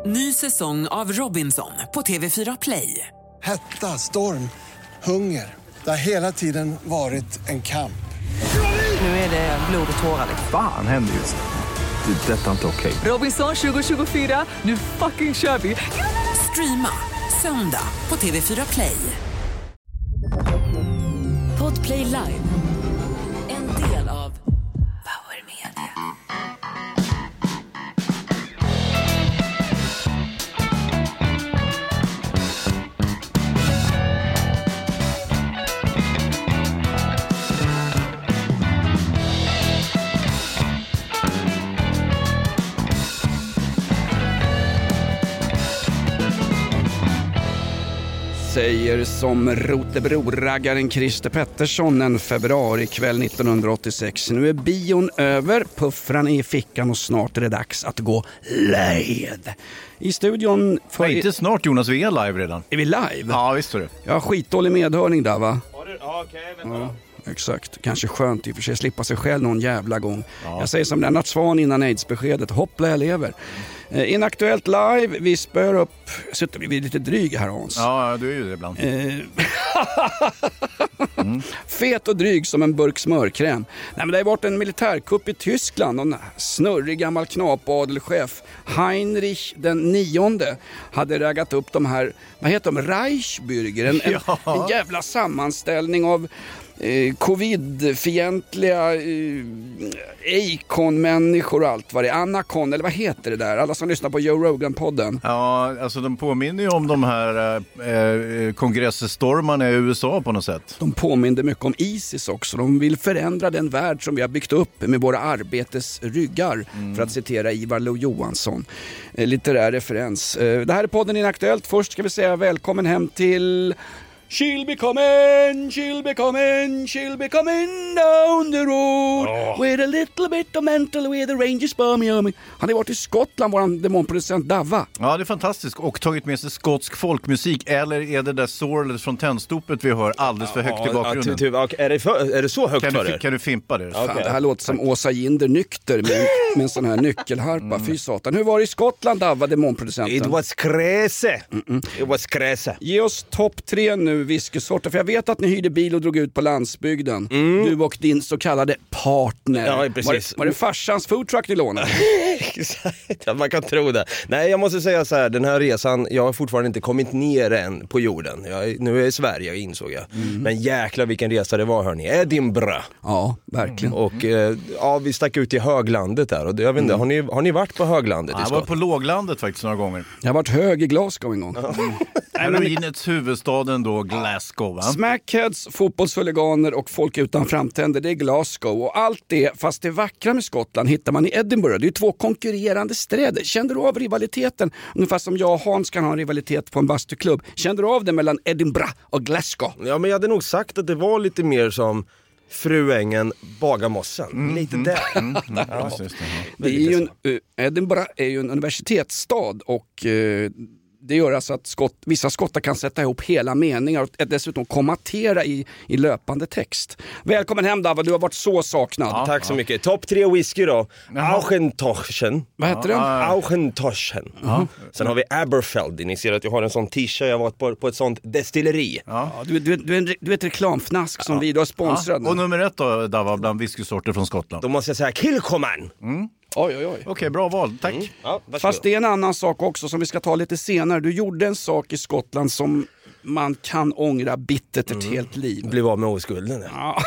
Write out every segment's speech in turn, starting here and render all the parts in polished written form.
Ny säsong av Robinson på TV4 Play. Hetta, storm, hunger. Det har hela tiden varit en kamp. Nu är det blod och tårar. Fan händer just nu. Det. Detta är inte okej. Robinson 2024, nu fucking kör vi. Streama söndag på TV4 Play. Podplay Live. En del av Power Media. Säger som Rotebro-raggaren Christer Pettersson en februarikväll 1986. Nu är bion över, puffran är i fickan och snart är det dags att gå live. I studion... Nej, inte snart Jonas, vi är live redan. Är vi live? Ja, visst är det. Jag har skitdålig medhörning där, va? Ja, okej, vänta. Ja. Exakt, kanske skönt i och för sig slippa sig själv någon jävla gång. Ja. Jag säger som Lennart Svan innan AIDS-beskedet, hoppla jag lever. Inaktuellt live, vi spör upp, så vi blir lite dryg här, Hans. Ja, du är ju det ibland. Fet och dryg som en burk smörkräm. Nej, men det har varit en militärkupp i Tyskland och en snurrig gammal knapadelchef Heinrich den 9:e hade raggat upp de här, vad heter de, Reichsbürger, en jävla sammanställning av covid-fientliga Akon-människor och allt vad det är. Anacon, eller vad heter det där? Alla som lyssnar på Joe Rogan-podden. Ja, alltså de påminner ju om de här kongressestormarna i USA på något sätt. De påminner mycket om ISIS också. De vill förändra den värld som vi har byggt upp med våra arbetes ryggar, för att citera Ivar Lo-Johansson. Litterär referens. Det här är podden Inaktuellt. Först ska vi säga välkommen hem till... She'll be coming, she'll be coming, she'll be coming down the road with a little bit of mental with the Rangers bomb. Han har varit i Skottland, våran demonproducent Dava. Ja, det är fantastiskt. Och tagit med sig skotsk folkmusik. Eller är det där sorlet från tändstopet vi hör alldeles för högt i bakgrunden? Är det så högt för det? Kan du fimpa det? Fan, det här låter som Åsa Ginder nykter med en sån här nyckelharpa. Fy satan. Hur var det i Skottland, Dava, demonproducenten? It was crazy. It was crazy. Ge oss topp 3 nu whiskysorter, för jag vet att ni hyrde bil och drog ut på landsbygden. Du och din så kallade partner. Ja, precis. Var det farsans foodtruck ni lånade? Exakt, man kan tro det. Nej, jag måste säga så här, den här resan, jag har fortfarande inte kommit ner än på jorden. Nu är jag i Sverige, insåg jag. Men jäklar vilken resa det var, hörni. Edinburgh. Ja, verkligen. Och vi stack ut i höglandet där. Och jag vet inte, har ni varit på höglandet? Jag var på låglandet faktiskt några gånger. Jag har varit hög i Glasgow en gång. Heroinets huvudstaden då, Glasgow, va? Smackheads, fotbollshuliganer och folk utan framtänder, det är Glasgow. Och allt det, fast det vackra med Skottland, hittar man i Edinburgh. Det är 2 konkurrerande städer. Kände du av rivaliteten? Ungefär som jag och Hans kan ha en rivalitet på en bastuklubb. Kände du av det mellan Edinburgh och Glasgow? Ja, men jag hade nog sagt att det var lite mer som Fruängen, Bagarmossen. Lite där. Det är ju Edinburgh är ju en universitetsstad och... det gör alltså att vissa skottar kan sätta ihop hela meningar och dessutom kommentera i löpande text. Välkommen hem, Dava, du har varit så saknad. Ja, tack så mycket. Topp 3 whisky då. Auchentochen. Vad heter den? Auchentochen. Sen har vi Aberfeldy. Ni ser att jag har en sån t-shirt. Jag har varit på ett sånt destilleri. Du är ett reklamfnask som vi då har sponsrat. Och nummer 1 då, Dava, bland whiskysorter från Skottland? Då måste jag säga Kilchoman. Oj. Okej, bra val, tack. Ja, fast det är en annan sak också som vi ska ta lite senare. Du gjorde en sak i Skottland som man kan ångra bittert ett helt liv. Blev av med oskulden. Ja.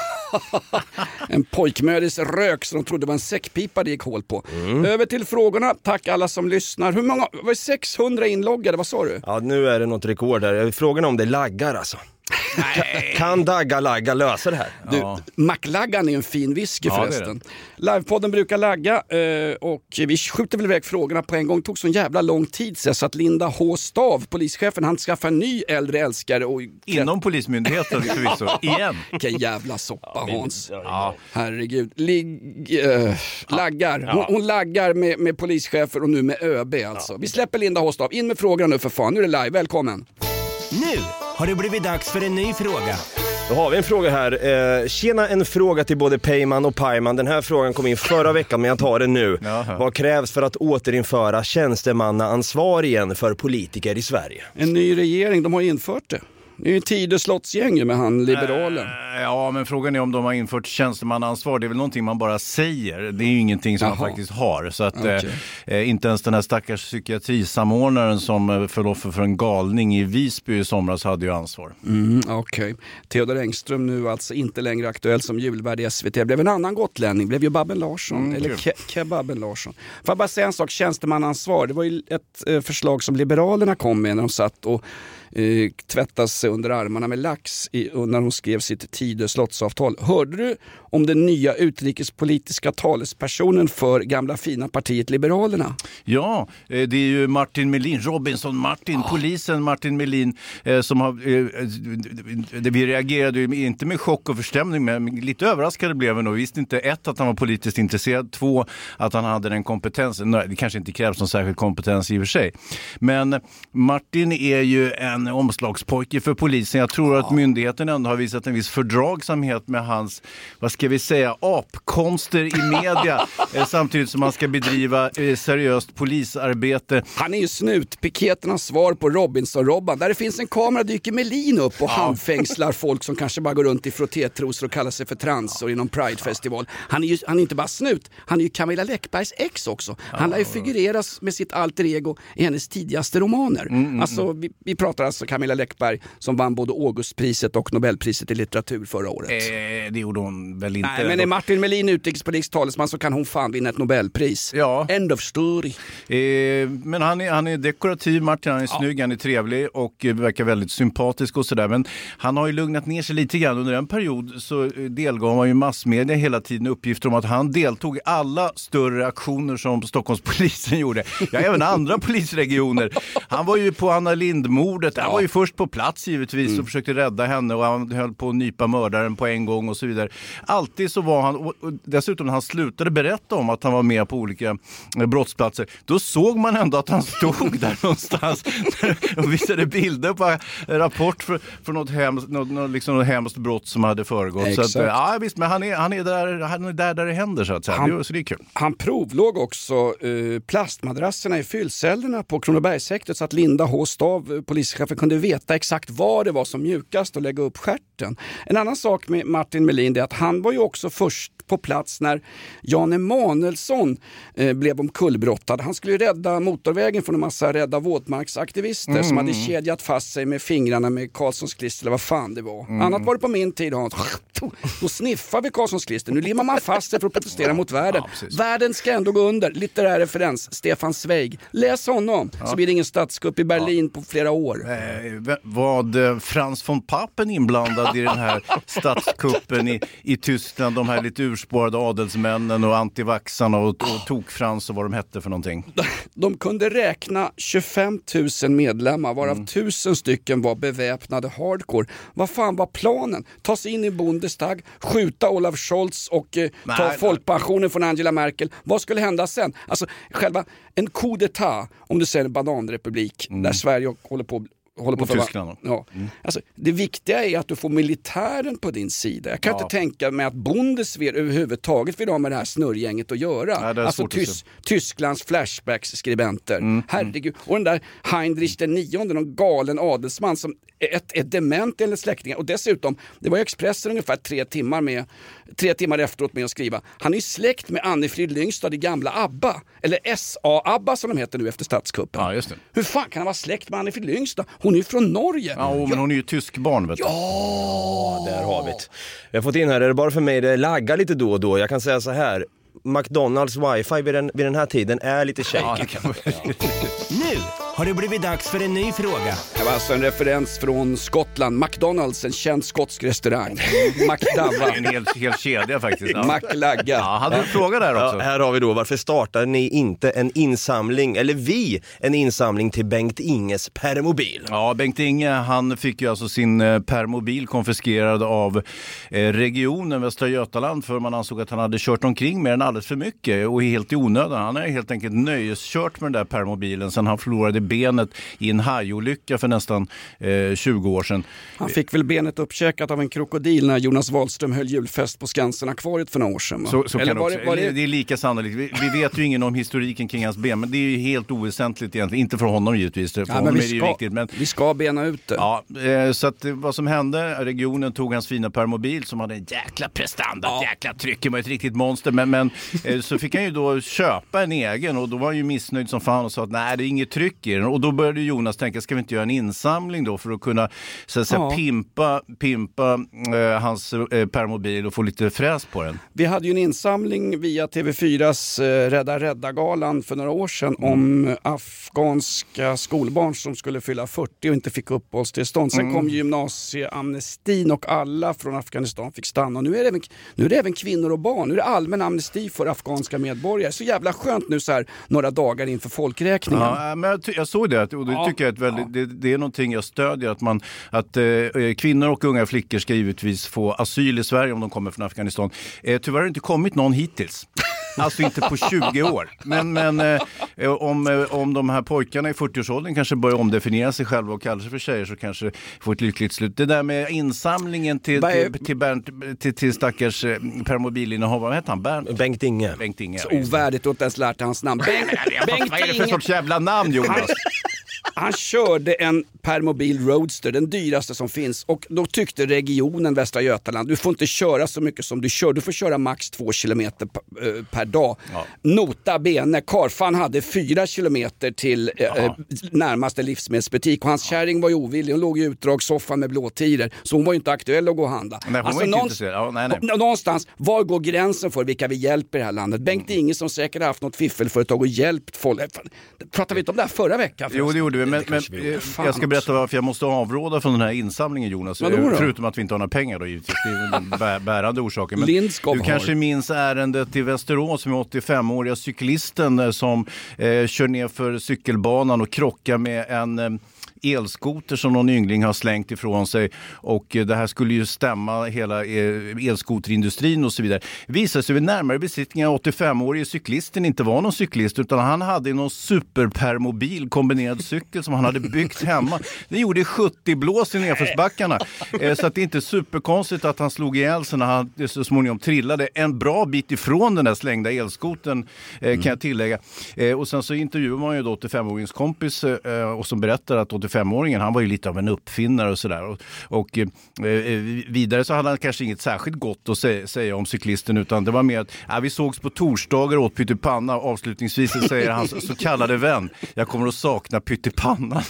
En pojkmödis rök som de trodde var en säckpipa det gick hål på. Över till frågorna. Tack alla som lyssnar. Hur många? Var det 600 inloggade? Vad sa du? Ja, nu är det något rekord där. Frågan om det laggar alltså. Kan lagga lösa det här? Du, McLaggan är en fin whisky förresten. Livepodden brukar lagga och vi skjuter väl iväg frågorna på en gång. Det tog så en jävla lång tid så att Linda H. Stav, polischefen, han skaffade en ny äldre älskare. Och... Inom polismyndigheten förvisso, igen. Vilken jävla soppa, Hans. Herregud. Laggar. Hon laggar med polischefer och nu med ÖB alltså. Vi släpper Linda H. Stav. In med frågorna nu för fan. Nu är det live. Välkommen. Nu har det blivit dags för en ny fråga. Då har vi en fråga här. Tjena, en fråga till både Peyman och Pajman. Den här frågan kom in förra veckan, men jag tar den nu. Jaha. Vad krävs för att återinföra tjänstemannaansvar igen för politiker i Sverige? En ny regering, de har infört det. Det är ju Tidö slottsgäng med han liberalen. Ja, men frågan är om de har infört tjänstemannaansvar. Det är väl någonting man bara säger. Det är ju ingenting som man faktiskt har. Så att inte ens den här stackars psykiatrisamordnaren som föll offer för en galning i Visby i somras hade ju ansvar. Okej. Theodor Engström nu alltså inte längre aktuell som julvärd i SVT. Blev en annan gotlänning, blev ju Babben Larsson. Eller Kebaben Larsson. Får jag bara säga en sak, tjänstemannaansvar. Det var ju ett förslag som Liberalerna kom med när de satt och tvättas sig under armarna med lax när hon skrev sitt Tidö slottsavtal. Hörde du om den nya utrikespolitiska talespersonen för gamla fina partiet Liberalerna? Ja, det är ju Martin Melin, Robinson Martin, polisen Martin Melin som har, vi reagerade ju inte med chock och förstämning, men lite överraskade blev vi nog. Vi visste inte att han var politiskt intresserad, 2 att han hade den kompetensen. Det kanske inte krävs någon särskild kompetens i och för sig. Men Martin är ju en omslagspojke för polisen. Jag tror att myndigheten ändå har visat en viss fördragsamhet med hans, vad ska vi säga, apkonster i media samtidigt som man ska bedriva seriöst polisarbete. Han är ju snutpiketernas svar på Robinson-Robban. Där det finns en kamera dyker Melin upp och handfängslar folk som kanske bara går runt i frottétrosor och kallar sig för transor i någon Pride-festival. Han är inte bara snut, han är ju Camilla Läckbergs ex också. Han lär ju figureras med sitt alter ego i hennes tidigaste romaner. Alltså, vi pratar alltså Camilla Läckberg som vann både Augustpriset och Nobelpriset i litteratur förra året. Det gjorde hon väl inte. Nej, men är Martin Melin utrikespolitisk talesman så kan hon fan vinna ett Nobelpris. Ja. End of story. Men han är dekorativ, Martin, han är snygg, han är trevlig och verkar väldigt sympatisk och sådär. Men han har ju lugnat ner sig lite grann. Under en period så delgav han ju massmedia hela tiden uppgifter om att han deltog i alla större aktioner som Stockholmspolisen gjorde. Ja, även andra polisregioner. Han var ju på Anna Lindh-mordet. Han var ju först på plats givetvis och försökte rädda henne och han höll på att nypa mördaren på en gång och så vidare. Alltid så var han, och dessutom när han slutade berätta om att han var med på olika brottsplatser, då såg man ändå att han stod där någonstans och visade bilder på rapport för något hemskt brott som hade föregått. Så att, ja visst, men han är där det händer så att säga. Så det är kul. Han provlåg också plastmadrasserna i fyllcellerna på Kronobergshäktet så att Linda H. Stav, polischefen, kunde veta exakt vad det var som mjukast och lägga upp stjärten. En annan sak med Martin Melin är att han var ju också först på plats när Jan Emanuelsson blev omkullbrottad. Han skulle ju rädda motorvägen från en massa rädda våtmarksaktivister som hade kedjat fast sig med fingrarna med Karlssons klister eller vad fan det var. Annat var det på min tid. Då sniffar vi Karlssons klister. Nu limmar man fast sig för att protestera mot världen. Världen ska ändå gå under. Litterär referens. Stefan Zweig. Läs honom så blir det ingen statskupp i Berlin på flera år. Var Frans von Papen inblandad i den här statskuppen i Tyskland? De här lite urspårade adelsmännen och antivaxarna och tokfrans och vad de hette för någonting. De kunde räkna 25 000 medlemmar varav 1000 stycken var beväpnade hardcore. Vad fan var planen? Ta sig in i Bundestag, skjuta Olaf Scholz och ta folkpensionen från Angela Merkel. Vad skulle hända sen? Alltså själva en coup d'état, om du säger en bananrepublik där Sverige håller på Tyskland. Ja. Alltså, det viktiga är att du får militären på din sida. Jag kan inte tänka mig att Bundeswehr överhuvudtaget vill ha med det här snurrgänget att göra. Nej, alltså Tysklands flashbacks-skribenter. Herregud. Och den där Heinrich den 9, någon galen adelsman som är dement eller släktingar. Och dessutom, det var i Expressen ungefär 3 timmar efteråt med att skriva. Han är släkt med Anne-Frid Lyngstad i gamla ABBA. Eller SA-ABBA som de heter nu efter statskuppen. Ja, just det. Hur fan kan han vara släkt med Anne-Frid Lyngstad? Hon är ju från Norge. Ja, men hon är ju tysk barn, vet du. Ja, där har vi det. Jag har fått in här, är det bara för mig det laggar lite då och då. Jag kan säga så här, McDonalds wifi vid den här tiden är lite shaky. Nu har det blivit dags för en ny fråga. Det var alltså en referens från Skottland. McDonalds, en känd skotsk restaurang. McDava. En hel kedja faktiskt. Ja. McLagga. Ja, hade du en fråga där också? Ja, här har vi då, varför startar ni inte en insamling, eller vi en insamling till Bengt Inges permobil? Ja, Bengt Inge, han fick ju alltså sin permobil konfiskerad av regionen Västra Götaland för man ansåg att han hade kört omkring med den alldeles för mycket och helt i onödan. Han är helt enkelt nöjeskört med den där permobilen sen han förlorade benet i en hajolycka för nästan 20 år sedan. Han fick väl benet uppkäkat av en krokodil när Jonas Wahlström höll julfest på Skansen-akvariet för några år sedan. Så eller kan det är lika sannolikt. Vi vet ju ingen om historiken kring hans ben, men det är ju helt oväsentligt egentligen. Inte för honom givetvis, för honom är det ju viktigt. Men vi ska bena ut det. Ja, så att vad som hände, regionen tog hans fina permobil som hade en jäkla prestanda, jäkla tryck, det var ett riktigt monster. Men så fick han ju då köpa en egen och då var han ju missnöjd som fan och sa att nej, det är inget tryck i den. Och då började Jonas tänka, ska vi inte göra en insamling då för att kunna så att säga, pimpa hans permobil och få lite fräs på den. Vi hade ju en insamling via TV4s Rädda-galan för några år sedan om afghanska skolbarn som skulle fylla 40 och inte fick uppehållstillstånd. Sen kom gymnasieamnestin och alla från Afghanistan fick stanna. Och nu är det även kvinnor och barn. Nu är det allmän amnesti för afghanska medborgare. Så jävla skönt nu så här några dagar inför folkräkningen. Ja, men jag såg det och det tycker jag det är någonting jag stödjer att kvinnor och unga flickor ska givetvis få asyl i Sverige om de kommer från Afghanistan. Tyvärr har det inte kommit någon hittills. Alltså inte på 20 år. Men om de här pojkarna i 40-årsåldern kanske börjar omdefiniera sig själva och kalla sig för tjejer så kanske får ett lyckligt slut. Det där med insamlingen till stackars permobilinnehavare, vad heter han? Bengt Inge. Så ovärdigt att inte ens lärt hans namn. Bengt vad är det för sorts jävla namn, Jonas? Han körde en permobil Roadster, den dyraste som finns. Och då tyckte regionen Västra Götaland, du får inte köra så mycket som du kör. Du får köra max 2 kilometer per dag. Ja. Nota bene, Karfan hade 4 kilometer till närmaste livsmedelsbutik. Och hans kärring var ju ovillig. Hon låg i utdragssoffan med blåtider. Så hon var ju inte aktuell att gå och handla. Nej, alltså någonstans, var går gränsen för vilka vi hjälper i det här landet? Bengt Inge som säkert har haft något fiffelföretag och hjälpt folk. Pratade vi inte om det här förra veckan? Jo, det gjorde vi. Men jag ska berätta varför jag måste avråda från den här insamlingen, Jonas. Förutom att vi inte har några pengar då, givetvis. Det är den bärande orsaken. Men du kanske minns ärendet i Västerås med 85-åriga cyklisten som kör ner för cykelbanan och krockar med en elskoter som någon yngling har slängt ifrån sig, och det här skulle ju stämma hela elskoterindustrin och så vidare. Visade sig vid närmare besiktning att 85-årige cyklisten inte var någon cyklist, utan han hade någon superpermobil kombinerad cykel som han hade byggt hemma. Det gjorde 70 blås i nedförsbackarna, så att det är inte superkonstigt att han slog ihjäl sig när han så småningom trillade en bra bit ifrån den där slängda elskoten, kan jag tillägga. Och sen så intervjuade man ju då 85-åringens kompis och som berättar att 85-åringen, han var ju lite av en uppfinnare och sådär. Och vidare så hade han kanske inget särskilt gott att säga om cyklisten, utan det var mer att vi sågs på torsdagar åt pyttipanna. Avslutningsvis säger hans så kallade vän, jag kommer att sakna pyttipannan.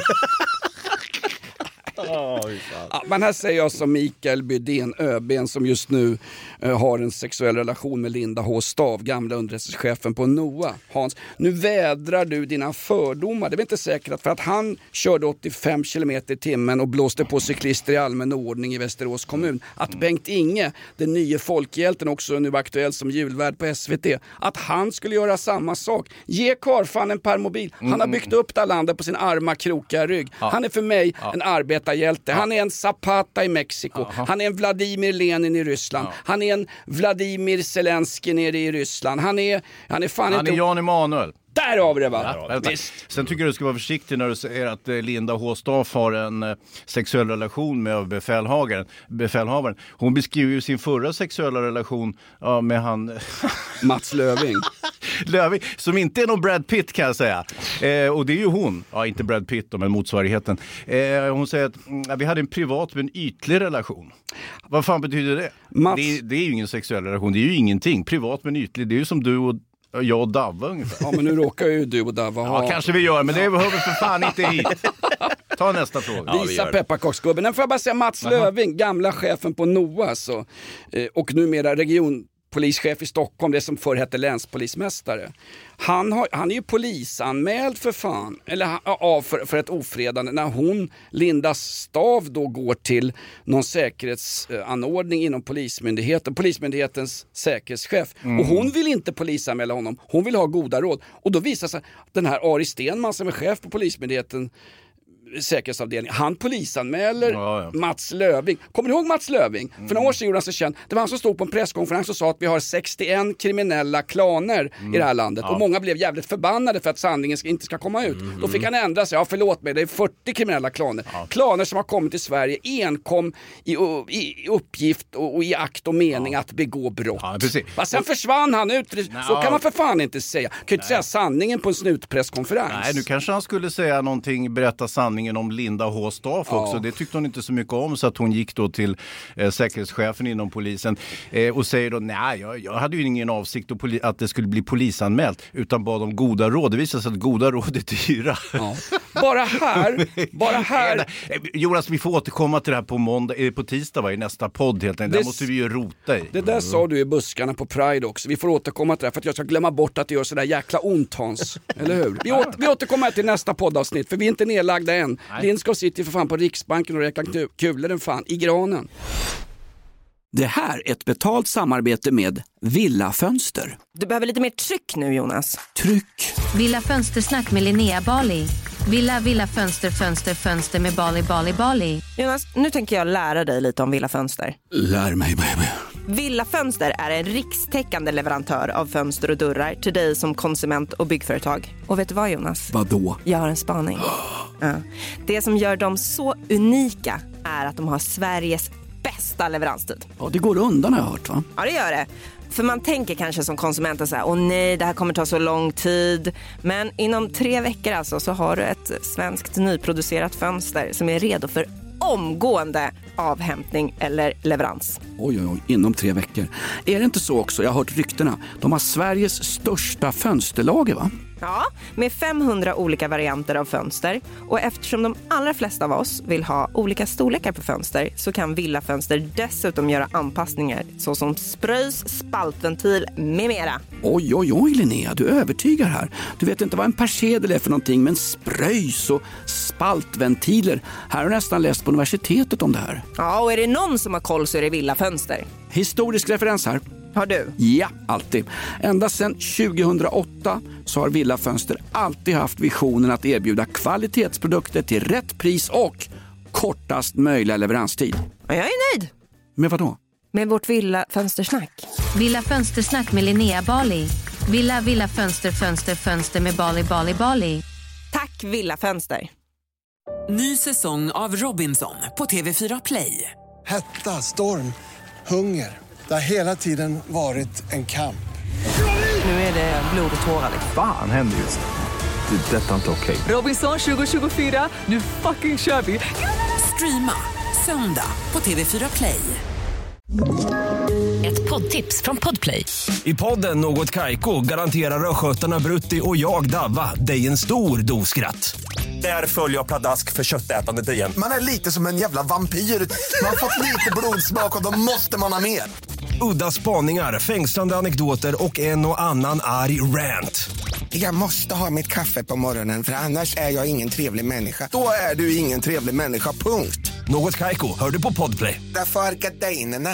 Men här säger jag som Mikael Bydén, ÖB:n, som just nu har en sexuell relation med Linda H. Stav, gamla underrättelsechefen på NOA. Hans, nu vädrar du dina fördomar. Det är väl inte säkert att för att han körde 85 km i timmen och blåste på cyklister i allmän ordning i Västerås kommun, att Bengt Inge, den nya folkhjälten, också nu aktuell som julvärd på SVT, att han skulle göra samma sak. Ge Karfan en permobil. Han har byggt upp det här landet på sin arma krokiga rygg. Han är för mig en arbetarhjälte. Han är en Zapata i Mexiko. Han är en Vladimir Lenin i Ryssland. Han är en Vladimir Zelensky nere i Ryssland. Han är Jan Emanuel. Där har vi det, va? Ja, sen tycker jag du ska vara försiktig när du säger att Linda H. Staff har en sexuell relation med befälhavaren. Hon beskriver ju sin förra sexuella relation med han Mats Löfving. Löfving, som inte är någon Brad Pitt, kan jag säga. Och det är ju hon. Ja, inte Brad Pitt men motsvarigheten. Hon säger att vi hade en privat men ytlig relation. Vad fan betyder det? Det är ju ingen sexuell relation. Det är ju ingenting. Privat men ytlig. Det är ju som du och jag och Davva ungefär. Ja, men nu råkar ju du och Davva ha... Ja, kanske vi gör, men det hör vi för fan inte hit. Ta nästa fråga. Visa pepparkaksgubben. Den får jag bara säga, Mats Löfving, gamla chefen på NOA, så, och numera regionpolischef i Stockholm, det som förr hette länspolismästare. Han är ju polisanmäld för fan, eller för ett ofredande, när hon, Linda Stav, då går till någon säkerhetsanordning inom polismyndighetens säkerhetschef. Och hon vill inte polisanmäla honom, hon vill ha goda råd. Och då visar sig den här Ari Stenman som är chef på polismyndigheten säkerhetsavdelningen. Han polisanmäler Mats Löving. Kommer du ihåg Mats Löving? För några år sedan gjorde han sig känd. Det var han som stod på en presskonferens och sa att vi har 61 kriminella klaner i det här landet. Och många blev jävligt förbannade för att sanningen inte ska komma ut. Då fick han ändra sig. Ja, förlåt mig, det är 40 kriminella klaner. Klaner som har kommit till Sverige enkom i uppgift och i akt och mening att begå brott. Sen försvann han ut. Så kan man för fan inte säga. Kan ju inte säga sanningen på en snutpresskonferens. Nej, nu kanske han skulle säga någonting, berätta sanningen om Linda H. Staff också. Det tyckte hon inte så mycket om, så att hon gick då till säkerhetschefen inom polisen och säger då, nej, jag hade ju ingen avsikt att det skulle bli polisanmält, utan bad om goda råd. Det visar sig att goda råd är dyra. Ja. Bara här. Jonas, vi får återkomma till det här på tisdag i nästa podd helt enkelt. Där måste vi ju rota i. Det där sa du i buskarna på Pride också. Vi får återkomma till det här för att jag ska glömma bort att det gör sådär jäkla ont, Hans. Eller hur? Vi återkommer till nästa poddavsnitt, för vi är inte nedlagda än. Lindskov sitter för fan på Riksbanken och räknar kulor den fan i granen. Det här är ett betalt samarbete med Villa Fönster. Du behöver lite mer tryck nu, Jonas. Tryck. Villa Fönstersnack med Linnea Bali. Villa fönster med Bali. Jonas, nu tänker jag lära dig lite om Villa Fönster. Lär mig, baby. Villa Fönster är en rikstäckande leverantör av fönster och dörrar till dig som konsument och byggföretag. Och vet du vad, Jonas? Vadå? Jag har en spaning. Ja. Det som gör dem så unika är att de har Sveriges bästa leveranstid. Ja, det går undan har jag hört, va? Ja, det gör det. För man tänker kanske som konsument så här, åh nej, det här kommer ta så lång tid. Men inom 3 veckor alltså så har du ett svenskt nyproducerat fönster som är redo för omgående avhämtning eller leverans. Oj, inom 3 veckor. Är det inte så också? Jag har hört ryktena. De har Sveriges största fönsterlager, va? Ja, med 500 olika varianter av fönster. Och eftersom de allra flesta av oss vill ha olika storlekar på fönster så kan Villa Fönster dessutom göra anpassningar såsom spröjs, spaltventil med mera. Oj, Linnea, du övertygar här. Du vet inte vad en persedel är för någonting, men spröjs och spaltventiler. Här har jag nästan läst på universitetet om det här. Ja, och är det någon som har koll så är det Villa Fönster. Historisk referens här. Har du? Ja, alltid. Ända sedan 2008 så har Villa Fönster alltid haft visionen att erbjuda kvalitetsprodukter till rätt pris och kortast möjliga leveranstid. Ja, jag är nöjd. Med vad då? Med vårt Villa Fönstersnack. Villa Fönstersnack med Linnea Bali. Villa fönster med Bali. Tack Villa Fönster. Ny säsong av Robinson på TV4 Play. Hetta, storm, hunger. Det har hela tiden varit en kamp. Nu är det blod och tårar. Fan händer just det. Det är detta inte okej. Robinson 2024, nu fucking kör vi. Streama söndag på TV4 Play. Ett poddtips från Podplay. I podden Något Kaiko garanterar röskötarna Brutti och jag Davva dig en stor doskratt. Där följer jag pladask för köttätandet igen. Man är lite som en jävla vampyr. Man har fått lite blodsmak och då måste man ha mer. Udda spaningar, fängslande anekdoter och en och annan arg rant. Jag måste ha mitt kaffe på morgonen för annars är jag ingen trevlig människa. Då är du ingen trevlig människa, punkt. Något Kaiko, hör du på Podplay. Därför är gardinerna.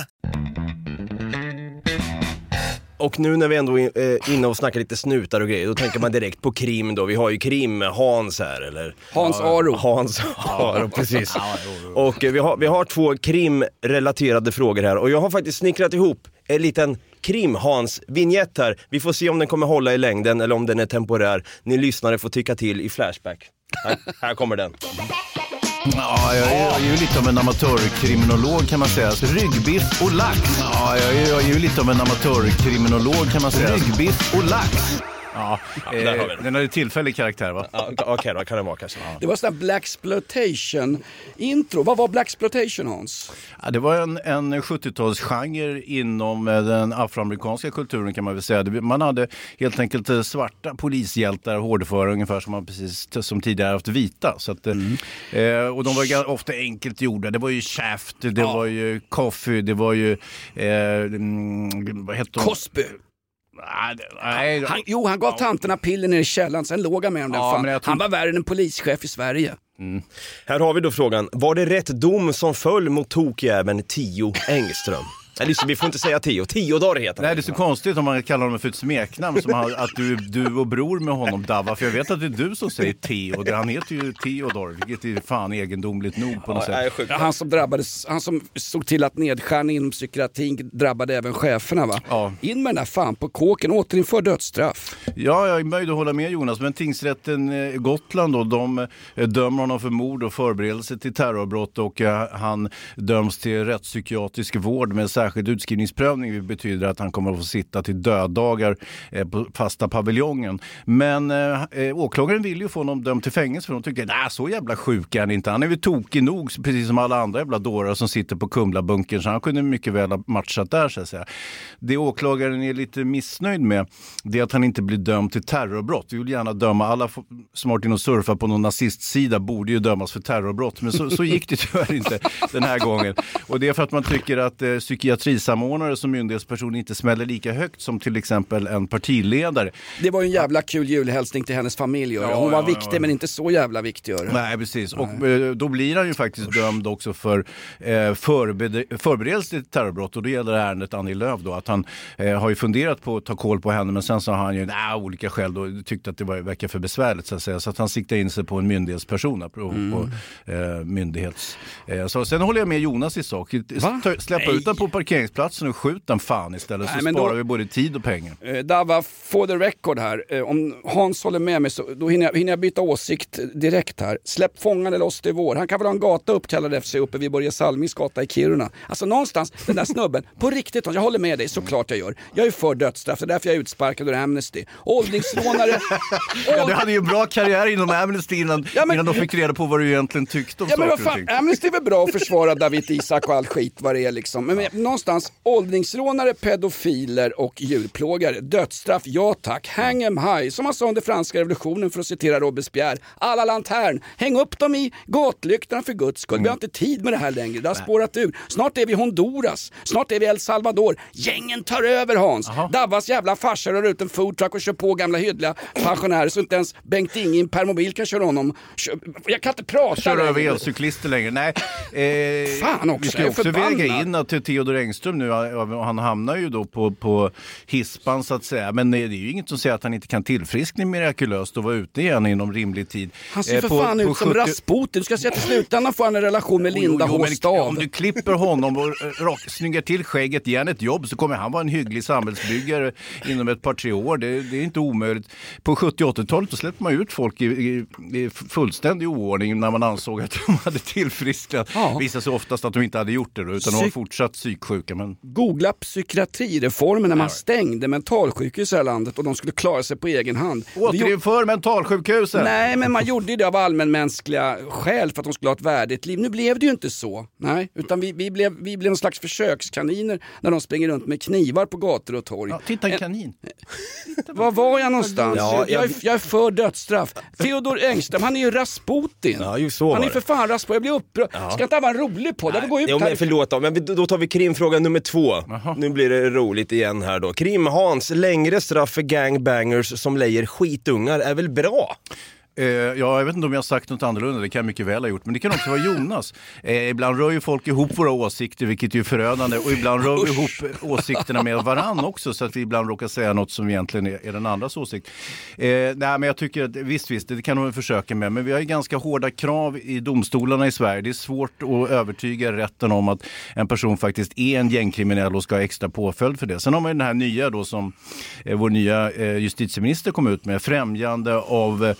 Och nu när vi ändå är inne och snackar lite snutar och grejer, då tänker man direkt på krim då. Vi har ju krim Hans här, eller? Hans Aro. Hans Aro, precis. Och vi har 2 krimrelaterade frågor här. Och jag har faktiskt snickrat ihop en liten krim-Hans-vignett här. Vi får se om den kommer hålla i längden eller om den är temporär. Ni lyssnare får tycka till i Flashback. Här kommer den. Ja, jag är ju lite av en amatörkriminolog kan man säga. Ryggbiff och lax. Ja, jag är ju lite av en amatörkriminolog kan man säga. Ryggbiff och lax. Ja, den har ju tillfällig karaktär, va? Ja, okej, då kan det vara kanske. Ja. Det var sån här Blaxploitation intro. Vad var Blaxploitation, Hans? Ja, det var en 70-talsgenre inom den afroamerikanska kulturen kan man väl säga. Man hade helt enkelt svarta polishjältar, hårdförare ungefär som man precis som tidigare haft vita. Så att, och de var ofta enkelt gjorda. Det var ju Shaft, det var ju Coffee, det var ju vad heter de? Cosby. Nej, han gav tanterna piller ner i källaren, sen låg han med om den fan. Han var värre än en polischef i Sverige. Här har vi då frågan, var det rätt dom som föll mot tokjäveln Tio Engström? Vi får inte säga Theodor heter han. Nej, det är så konstigt om man kallar honom för ett smeknamn som att du och bror med honom, Dava. För jag vet att det är du som säger Theo. Han heter ju Theodor, vilket är fan egendomligt nog på något sätt. Han som drabbades, han som såg till att nedskärningen inom psykiatrin drabbade även cheferna, va? Ja. In med den där fan på kåken, återinför dödsstraff. Ja, jag är möjlig att hålla med Jonas, men tingsrätten Gotland då, de dömer honom för mord och förberedelse till terrorbrott och han döms till rättspsykiatrisk vård med särskild utskrivningsprövning. Det betyder att han kommer att få sitta till döddagar på fasta paviljongen. Men åklagaren vill ju få honom dömd till fängelse för de tycker att så jävla sjuk är han inte. Han är väl tokig nog, precis som alla andra jävla dårar som sitter på Kumla-bunkern, så han kunde mycket väl ha matchat där, så att säga. Det åklagaren är lite missnöjd med, det är att han inte blir dömd till terrorbrott. Vi vill gärna döma alla som har varit in och surfar på någon nazistsida borde ju dömas för terrorbrott, men så gick det tyvärr inte den här gången. Och det är för att man tycker att psykiatrisamordnare som myndighetsperson inte smäller lika högt som till exempel en partiledare. Det var ju en jävla kul julhälsning till hennes familj. Hon var viktig men inte så jävla viktig. Nej, precis. Och då blir han ju faktiskt dömd också för förberedelse till terrorbrott, och då gäller ärendet Annie Lööf då, att han har ju funderat på att ta koll på henne, men sen så har han ju olika skäl då tyckte att det verkar för besvärligt, så att säga, så att han siktar in sig på en myndighetsperson på myndighets. Så sen håller jag med Jonas i sak. Släppa ut den på parkeringsplatsen och skjut den fan istället, så sparar vi både tid och pengar. Dava, for the record här. Om Hans håller med mig så då hinner jag byta åsikt direkt här. Släpp fångarna loss till vår. Han kan väl ha en gata uppkallad efter sig uppe vid Börje Salmings gata i Kiruna. Alltså någonstans, den där snubben, på riktigt, jag håller med dig, såklart jag gör. Jag är för dödsstraff, det är därför jag är utsparkad ur Amnesty. Åldringsrånare. Ja, du hade ju en bra karriär inom Amnesty innan de fick reda på vad du egentligen tyckte om saker och ting. Amnesty är väl bra att försvara David Isak och all skit vad det är liksom. Men någonstans, åldringsrånare, pedofiler och djurplågare. Dödsstraff, ja tack. Hang em high, som man sa under franska revolutionen för att citera Robespierre. Alla lantern, häng upp dem i gatlyktorna för Guds skull. Vi har inte tid med det här längre, det har spårat ur. Snart är vi Honduras, snart är vi El Salvador. Gängen tar över, Hans. Davas jävla farsa rör ut en foodtruck och kör på gamla hydliga pensionärer så inte ens Bengt Inge i en permobil kan köra honom. Jag kan inte prata. Kör över elcyklister längre. Nej. Fan också. Vi ska också väga in att Theodor Engström nu, han hamnar ju då på hispan så att säga. Men det är ju inget som säger att han inte kan tillfriskna mirakulöst och vara ute igen inom rimlig tid. Han ser för fan ut som Rasputin. Du ska säga till slutändan får han en relation med Linda Håstad. Om du klipper honom och snyggar till skägget, igen ett jobb, så kommer han vara en hygglig samhällsbyggare inom ett par 3 år. Det är inte omöjligt. På 70-80-talet då släppte man ut folk i fullständig oordning när man ansåg att de hade tillfrisknat. Visade sig oftast att de inte hade gjort det då, utan de var fortsatt psyksjuka. Men... Googla psykiatrireformen när man stängde mentalsjukhus i här landet och de skulle klara sig på egen hand. Återinför mentalsjukhusen! Nej, men man gjorde det av allmänmänskliga skäl för att de skulle ha ett värdigt liv. Nu blev det ju inte så. Nej, utan vi blev en slags försökskaniner när de springer runt med knivar på gator och torg. Ja, titta en kanin. Var var jag någonstans? Ja, jag är för dödsstraff. Theodor Engström, han är ju Rasputin. Ja, just så. Han är för fan Rasputin. Jag blir upprörd. Ska inte han vara en rolig på? Jag gå ut men förlåt då. Men då tar vi krimfråga nummer 2. Nu blir det roligt igen här då. Krim Hans, längre straff för gangbangers som lejer skitungar är väl bra? Jag vet inte om jag har sagt något annorlunda, det kan jag mycket väl ha gjort, men det kan också vara Jonas. Ibland rör ju folk ihop våra åsikter, vilket är ju förödande, och ibland rör vi ihop åsikterna med varann också, så att vi ibland råkar säga något som egentligen är den andras åsikt. Nej, men jag tycker att visst, det kan man försöka med, men vi har ju ganska hårda krav i domstolarna i Sverige. Det är svårt att övertyga rätten om att en person faktiskt är en gängkriminell och ska ha extra påföljd för det. Sen har man ju den här nya då som vår nya justitieminister kom ut med, främjande av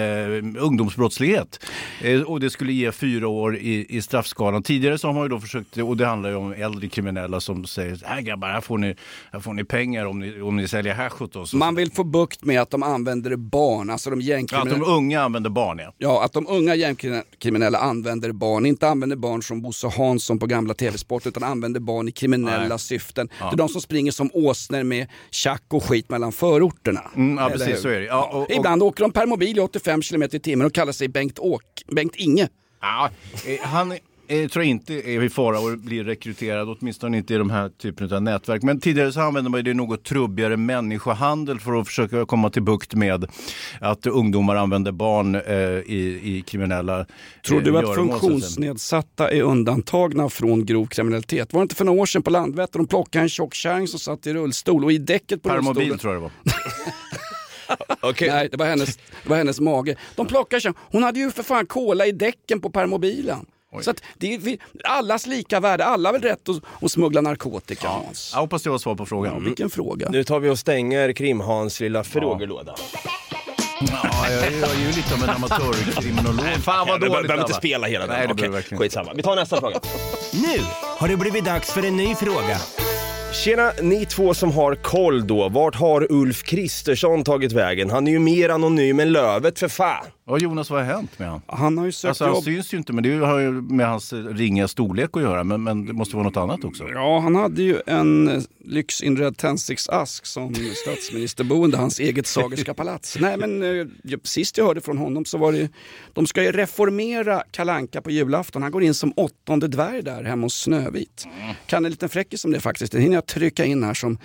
ungdomsbrottslighet. Och det skulle ge 4 år i straffskalan. Tidigare så har man ju då försökt, och det handlar ju om äldre kriminella som säger, grabbar, här får ni pengar om ni säljer hasch åt oss. Man vill få bukt med att de använder barn, alltså de gängkriminella. Att de unga använder barn, ja. Ja, att de unga gängkriminella använder barn. Inte använder barn som Bosse Hansson på gamla TV-sport, utan använder barn i kriminella syften. Ja. Det är de som springer som åsner med tjack och skit mellan förorterna. Ja, precis, så är det. Ja, och ibland åker de permobil 85 km/h och kallar sig Bengt Inge. Ja, Jag tror inte är i fara och blir rekryterad, åtminstone inte i de här typen av nätverk. Men tidigare så använde man det något trubbigare människohandel för att försöka komma till bukt med att ungdomar använder barn i kriminella Tror du att funktionsnedsatta är undantagna från grov kriminalitet? Var det inte för några år sedan på Landvetter de plockade en tjockkärring som satt i rullstol och i däcket på rullstolen? Permobil tror jag det var. Okay. Nej, det var hennes mage. De plockar sig. Hon hade ju för fan cola i däcken på permobilen. Oj. Så att det är allas lika värde. Alla har väl rätt att smuggla narkotika. Ja. Jag hoppas det var svar på frågan. Ja, vilken fråga? Nu tar vi och stänger Krim-Hans lilla frågelåda. Ja, jag är ju lite av en amatörkriminolog. Fan vad dåligt. Du behöver inte spela hela den. Nej, det behöver verkligen. Skitsamma. Vi tar nästa fråga. Nu har det blivit dags för en ny fråga. Tjena, ni två som har koll då. Vart har Ulf Kristersson tagit vägen? Han är ju mer anonym än lövet för fan. Ja, Jonas, vad har hänt med han? Han har ju sökt han jobb. Syns ju inte, men det har ju med hans ringa storlek att göra. Men det måste vara något annat också. Ja, han hade ju en lyxinredd tändsticksask som statsministerboende, hans eget Sagerska palats. Nej, men sist jag hörde från honom så var det, de ska ju reformera Kalle Anka på julafton. Han går in som 8:e dvärg där hemma hos Snövit. Kan en liten fräckis som det faktiskt. Det hinner jag trycka in här som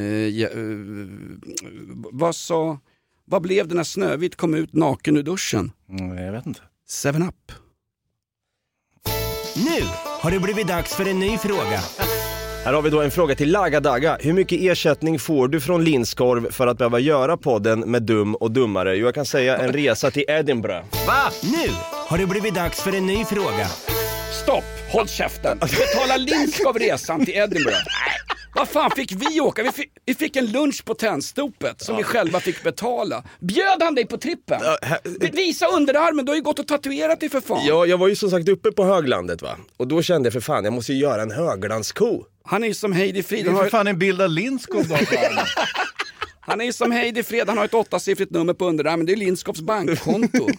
vad blev det när Snövit kom ut naken ur duschen? Jag vet inte. 7-Up. Nu har det blivit dags för en ny fråga. Här har vi då en fråga till Laga Daga. Hur mycket ersättning får du från Linskorv för att behöva göra podden med Dum och Dummare? Jag kan säga en resa till Edinburgh. Va? Nu har det blivit dags för en ny fråga. Stopp, håll käften. Betala Linskorv resan till Edinburgh. Vad fan fick vi åka? Vi fick en lunch på Tennstopet som vi själva fick betala. Bjöd han dig på trippen? Visa underarmen, du har ju gått och tatuerat dig för fan. Ja, jag var ju som sagt uppe på höglandet va. Och då kände jag för fan, jag måste ju göra en höglandsko. Han är ju som Heidi Frid. Det är för fan en bild av Lindskog då. Han är ju som Heidi Fred, han har ett 8-siffrigt nummer på underarmen. Det är Lindskorps bankkonto.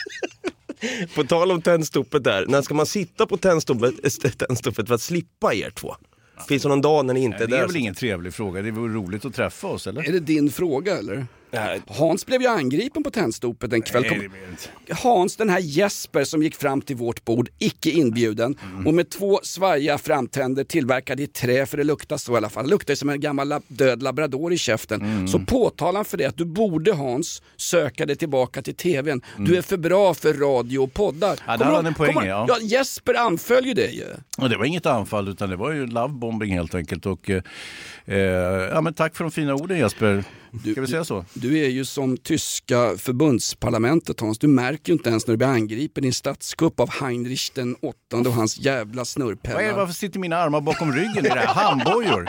På tal om Tennstopet där, när ska man sitta på Tennstopet för att slippa er två? Finns det någon dag när ni inte är där? Det är väl ingen trevlig fråga, det vore roligt att träffa oss, eller? Är det din fråga, eller? Nej. Hans blev ju angripen på Tennstopet en kväll. Hans, den här Jesper som gick fram till vårt bord, icke inbjuden, och med 2 svajiga framtänder tillverkade i trä, för det luktar så i alla fall. Det luktar som en gammal död labrador i käften. Så påtalar han för det att du borde, Hans, söka dig tillbaka till tvn. Du är för bra för radio och poddar. Ja, där hade en poäng, ja. Ja, Jesper anföljer dig ju. Ja, det var inget anfall utan det var ju lovebombing helt enkelt. Och, ja, men tack för de fina orden, Jesper. Ska vi säga så? Du är ju som tyska förbundsparlamentet, Hans. Du märker ju inte ens när du blir angripen i en statskupp av Heinrich den 8:e och hans jävla snurrpellar. Varför sitter mina armar bakom ryggen i det här handbojor?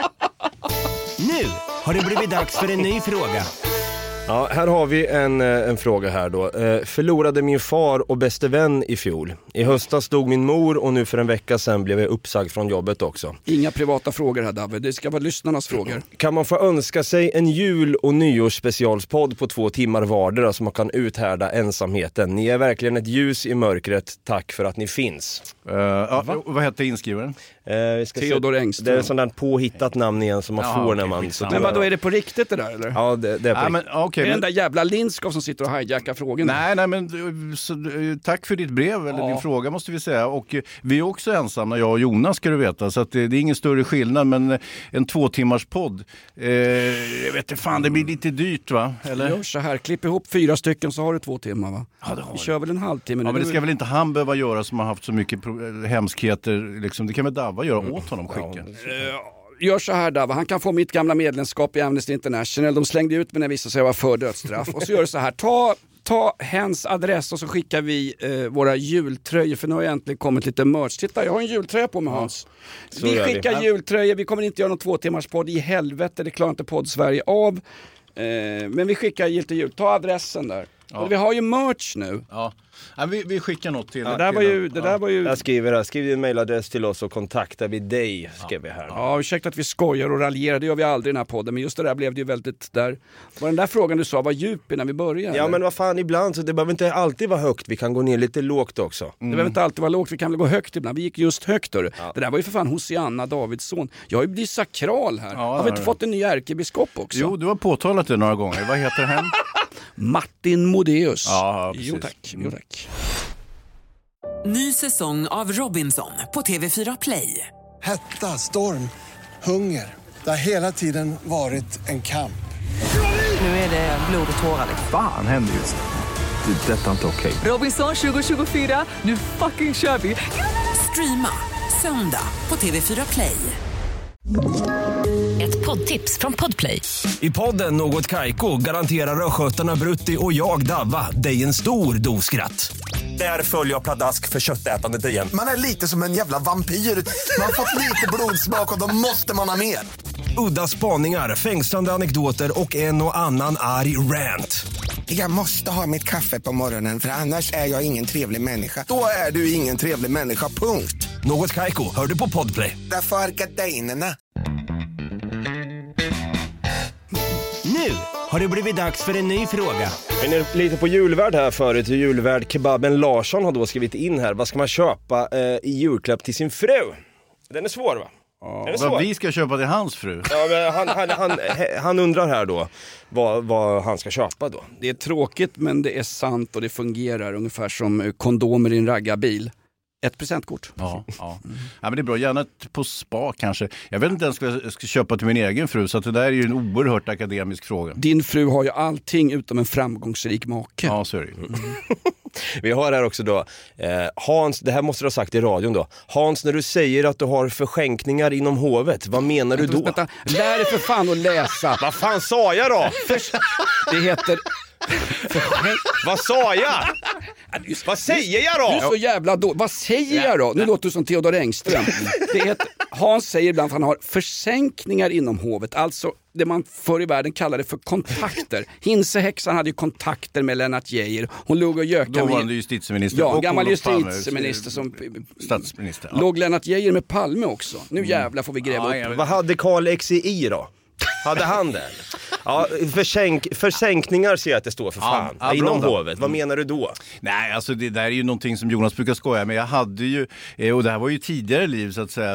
Nu har det blivit dags för en ny fråga. Ja, här har vi en fråga här då. Förlorade min far och bäste vän i fjol. I höstas dog min mor och nu för en vecka sedan blev jag uppsagd från jobbet också. Inga privata frågor här, David. Det ska vara lyssnarnas frågor. Kan man få önska sig en jul- och nyårsspecialspodd på 2 timmar vardera så man kan uthärda ensamheten? Ni är verkligen ett ljus i mörkret. Tack för att ni finns. Vad heter inskrivaren? Theodor Engström. Det är ett sånt där påhittat namn igen som man får när man... Men vad då är det på riktigt det där, eller? Ja, det är på riktigt. Men, okay, är det den där jävla Lindskov som sitter och hijackar frågorna? Nej, men tack för ditt brev, eller din fråga måste vi säga. Och vi är också ensamma, jag och Jonas ska du veta. Så att det är ingen större skillnad, men en 2 timmars podd. Jag vet inte, fan det blir lite dyrt va? Eller? Gör så här, klipp ihop 4 stycken så har du 2 timmar va? Ja, vi kör väl en halvtimme nu. Ja, men det ska väl inte han behöva göra som har haft så mycket hemskheter. Liksom. Det kan väl Davva göra åt honom, skicka. Gör så här Davva, han kan få mitt gamla medlemskap i Amnesty International. De slängde ut mig när jag visade sig jag var för dödsstraff. Och så gör det så här, ta hens adress och så skickar vi våra jultröjor. För nu har jag äntligen kommit lite merch. Titta, jag har en jultröja på mig, Hans. Vi skickar jultröjor, vi kommer inte göra någon 2 timmars podd i helvete. Det klarar inte podd Sverige av. Men vi skickar giltig jul, ta adressen där. Ja. Vi har ju merch nu. Ja. Ja, vi skickar något till. Ja, det där var ju... Jag skriver din mailadress till oss och kontaktar vi dig, skrev vi här. Ja, ursäkta att vi skojar och raljerar, det gör vi aldrig i den här podden. Men just det där blev det ju väldigt där. Var den där frågan du sa var djup innan vi började? Ja, men vad fan, ibland så det behöver inte alltid vara högt. Vi kan gå ner lite lågt också. Det behöver inte alltid vara lågt, vi kan väl gå högt ibland. Vi gick just högt, hörru. Ja. Det där var ju för fan Hosianna Davidsson. Jag har ju blivit sakral här. Har vi inte fått en ny ärkebiskop också? Jo, du har påtalat det några gånger. Vad heter han? Martin Modéus. Ja, precis. Jo tack. Ny säsong av Robinson på TV4 Play. Hetta, storm, hunger. Det har hela tiden varit en kamp. Nu är det blod och tårar. Fan händer just det. Det är detta inte okej. Robinson 2024, nu fucking kör vi. Streama söndag på TV4 Play. Ett poddtips från Podplay. I podden Något Kaiko garanterar östgötarna Brutti och jag Davva dig en stor doskratt. Där följer jag pladask för köttätandet igen. Man är lite som en jävla vampyr. Man har fått lite blodsmak och då måste man ha mer. Udda spaningar, fängslande anekdoter och en och annan arg rant. Jag måste ha mitt kaffe på morgonen för annars är jag ingen trevlig människa. Då är du ingen trevlig människa, punkt. Något Kaiko, hör du på Podplay. Därför är gardinerna. Nu har det blivit dags för en ny fråga. Jag är lite på julvärd här förut. Julvärd Kebaben Larsson har då skrivit in här. Vad ska man köpa i julklapp till sin fru? Den är svår, va? Vad vi ska köpa till hans fru? Ja, men han undrar här då vad han ska köpa då. Det är tråkigt men det är sant och det fungerar ungefär som kondomer i en raggarbil. Ett presentkort. Ja, men det är bra. Gärna på spa kanske. Jag vet inte ens vad jag ska köpa till min egen fru, så att det där är ju en oerhört akademisk fråga. Din fru har ju allting utom en framgångsrik make. Ja, så är det ju. Vi har här också då Hans, det här måste du ha sagt i radion då. Hans, när du säger att du har förskänkningar inom hovet, vad menar du då? Vänta, lär dig för fan att läsa. Vad fan sa jag då? Det heter... Vad sa jag? Vad säger jag då? Du är så jävla då. Vad säger jag då? Nu låter du som Theodor Engström. Hans säger ibland att han har försänkningar inom hovet. Alltså det man förr i världen kallade för kontakter. Hinsehäxan hade ju kontakter med Lennart Geijer. Hon låg och gökade med... Då var han justitieminister. Ja, och gammal justitieminister som... Statsminister. Ja. Låg Lennart Geijer med Palme också. Nu jävla får vi gräva upp. Vad hade Karl XI då? Hade han det? Ja, försänkningar ser jag att det står för fan. Ja, inom hovet. Vad menar du då? Nej, alltså det där är ju någonting som Jonas brukar skoja med. Jag hade ju, och det här var ju tidigare liv så att säga,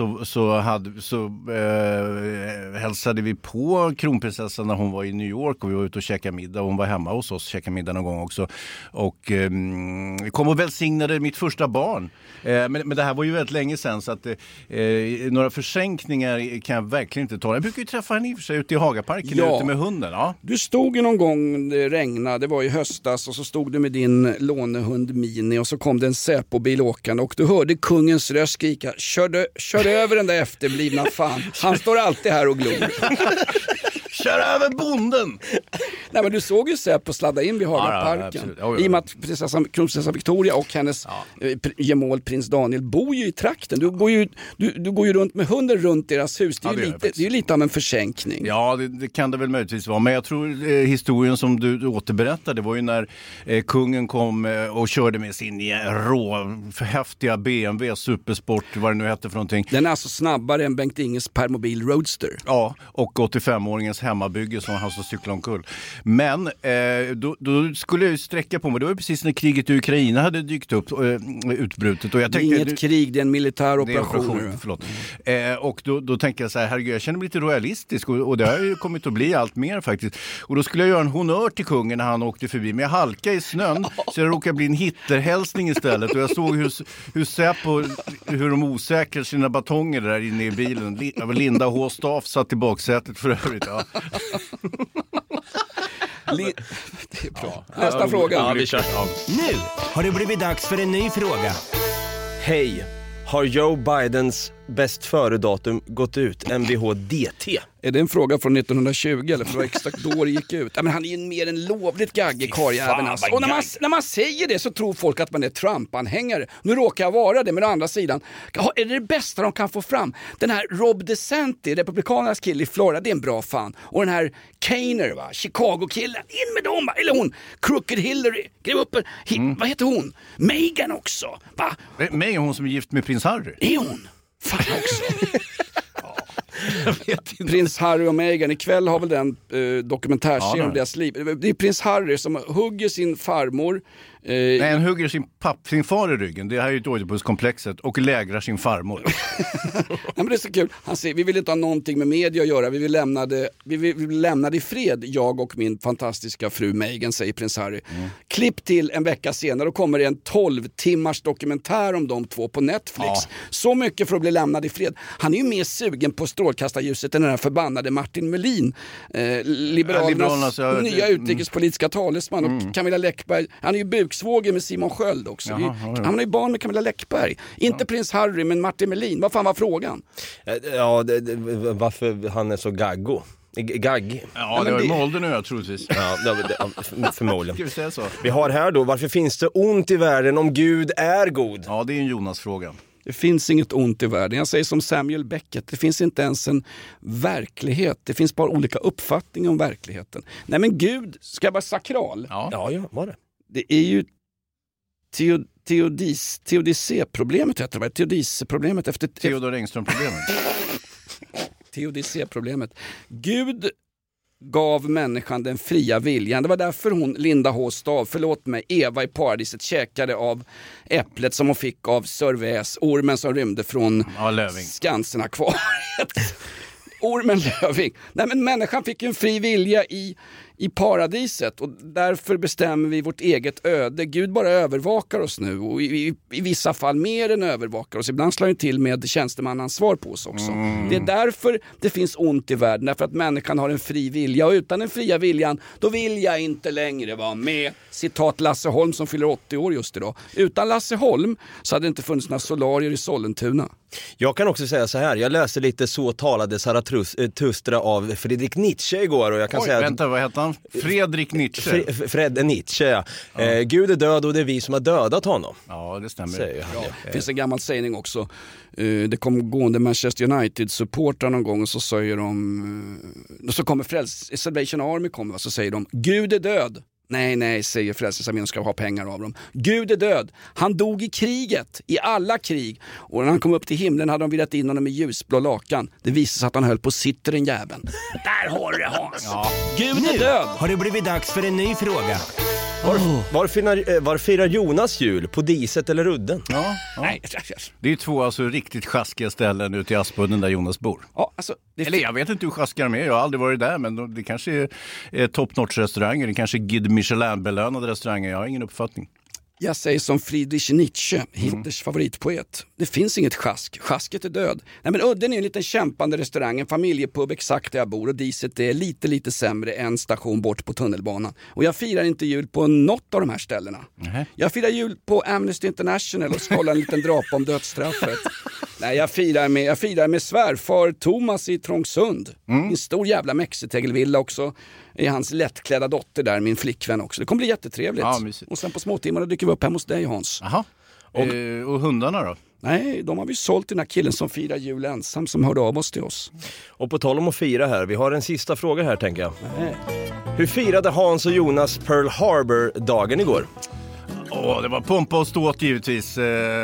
hälsade vi på kronprinsessan när hon var i New York och vi var ute och käkade middag. Hon var hemma hos oss och käkade middag någon gång också. Och kom och välsignade mitt första barn. Men det här var ju väldigt länge sedan så att några försänkningar kan jag verkligen inte ta. Jag brukar ju träffa henne i och för sig ute i Hagaparken ute med hunden. Ja. Du stod ju någon gång, det regnade, det var i höstas och så stod du med din lånehund Mini och så kom det en Säpo-bil åkande och du hörde kungens röst skrika kör över den där efterblivna fan. Han står alltid här och glor. Kör över bonden! Nej, men du såg ju Säpo sladda in vid Hagaparken. I och med att kronprinsessan Victoria och hennes gemål prins Daniel bor ju i trakten. Du går ju runt med hunden runt deras hus. Det är ju lite av en försänkning. Ja, det kan det väl möjligtvis vara. Men jag tror historien som du återberättade var ju när kungen kom och körde med sin häftiga BMW Supersport, vad det nu heter för någonting. Den är alltså snabbare än Bengt Inges Permobil Roadster. Ja, och 85-åringens hemmabygge som han så cyklar omkull. Men då skulle jag ju sträcka på mig. Det var precis när kriget i Ukraina hade dykt upp, utbrutet. Och jag tänkte, det är inget krig, det är en militär operation. Förlåt. Och då tänkte jag så här, herregud, jag känner mig lite royalistisk och det har ju kommit att bli allt mer faktiskt. Och då skulle jag göra en honör till kungen när han åkte förbi. Men jag halkade i snön så jag råkade bli en Hitlerhälsning istället. Och jag såg hur Säpo, hur de osäkrar sina batonger där inne i bilen. Linda H. Staff satt i baksätet för övrigt. Ja. Det är bra. Nästa fråga. Ja, vi kör. Nu har det blivit dags för en ny fråga. Hej, har Joe Bidens bäst före-datum gått ut? Mvh DT. Är det en fråga från 1920 eller från exakt då det gick ut? Ja, men han är ju mer än lovligt gaggig karljäveln alltså. Och när man säger det så tror folk att man är Trump-anhängare. Nu råkar jag vara det, men å andra sidan är det bästa de kan få fram. Den här Rob DeSantis, republikanernas kille i Florida, det är en bra fan. Och den här Kainer, va? Chicago-killen, in med dem. Eller hon, Crooked Hillary, grev upp vad heter hon? Meghan också, va? Meghan, hon som är gift med prins Harry. Är hon? Fan också. Prins Harry och Meghan, ikväll har väl den dokumentärserien om deras liv. Det är prins Harry som hugger sin farmor Nej, han hugger sin far i ryggen. Det här är ju ett Oidipus-komplexet och lägrar sin farmor. Nej, men det är så kul. Han säger, vi vill inte ha någonting med media att göra. Vi vill lämna det i fred, jag och min fantastiska fru Meghan, säger prins Harry. Klipp till en vecka senare och kommer det en 12 timmars dokumentär om de två på Netflix. Så mycket för att bli lämnad i fred. Han är ju mer sugen på strålkastarljuset än den här förbannade Martin Melin, Liberalernas nya utrikespolitiska talesman, och Camilla Läckberg. Han är ju buksvåger med Simon Sköld också. Han är ju barn med Camilla Läckberg. Inte prins Harry, men Martin Melin. Vad fan var frågan? Ja, varför han är så gaggo. Gagg. Ja, det har ju med åldern nu, troligtvis. Ja, förmodligen. Ska vi säga så? Vi har här då, varför finns det ont i världen om Gud är god? Ja, det är en Jonas-fråga. Det finns inget ont i världen. Jag säger som Samuel Beckett, det finns inte ens en verklighet. Det finns bara olika uppfattningar om verkligheten. Nej, men Gud ska vara sakral. Ja, var det? Det är ju Teodicé-problemet heter det. Teodicé-problemet efter Theodor Engström-problemet. Teodicé-problemet. Gud gav människan den fria viljan. Det var därför hon, Linda H. Stav, Eva i paradiset, käkade av äpplet som hon fick av Sir Väs, ormen som rymde från Skansen-akvariet. Ormen Löving. Nej, men människan fick en fri vilja i paradiset, och därför bestämmer vi vårt eget öde. Gud bara övervakar oss nu, och i vissa fall mer än övervakar oss. Ibland slår han till med tjänstemannaansvar på oss också. Det är därför det finns ont i världen, därför att människan har en fri vilja, och utan den fria viljan, då vill jag inte längre vara med. Citat Lasse Holm som fyller 80 år just idag. Utan Lasse Holm så hade det inte funnits några solarier i Sollentuna. Jag kan också säga så här, jag läste lite Så talade Zarathustra av Friedrich Nietzsche igår, och jag kan säga vänta, vad heter han? Fredrik Nietzsche. Fred Nietzsche, ja. Gud är död och det är vi som har dödat honom. Ja, det stämmer. Det finns en gammal sägning också. Det kom gående Manchester United-supportrar någon gång, och så säger de, och så kommer Salvation Army kommer, så säger de, Gud är död. Nej, säger Frälsningsarmén, ska ha pengar av dem. Gud är död. Han dog i kriget, i alla krig. Och när han kom upp till himlen hade de virat in honom i ljusblå lakan. Det visade sig att han höll på sitter en jäveln. Där har du Hans. Ja. Gud är död. Har det blivit dags för en ny fråga? Var firar Jonas jul? På Diset eller Udden? Ja. Nej. Det är ju två riktigt sjaskiga ställen ute i Aspudden där Jonas bor. Ja, eller jag vet inte hur sjaskiga de är. Jag har aldrig varit där, men det kanske är top-notch-restauranger. Det kanske är Guide Michelin-belönade restauranger. Jag har ingen uppfattning. Jag säger som Friedrich Nietzsche, Hitlers favoritpoet. Det finns inget sjask. Sjasket är död. Nej, men Udden är en liten kämpande restaurang, en familjepub exakt där jag bor, och Diset är lite sämre än station bort på tunnelbanan. Och jag firar inte jul på något av de här ställena. Jag firar jul på Amnesty International och ska hålla en liten drapa om dödsstraffet. Nej, jag firar med svärfar Thomas i Trångsund. En stor jävla mexitegelvilla också. Är hans lättklädda dotter där, min flickvän också. Det kommer bli jättetrevligt. Ja, och sen på småtimmarna dyker vi upp hem hos dig, Hans. Jaha. Och hundarna då? Nej, de har vi sålt till den här killen som firar jul ensam, som hörde av oss till oss. Och på tal om att fira här, vi har en sista fråga här, tänker jag. Hur firade Hans och Jonas Pearl Harbor-dagen igår? Det var pompa och ståt givetvis.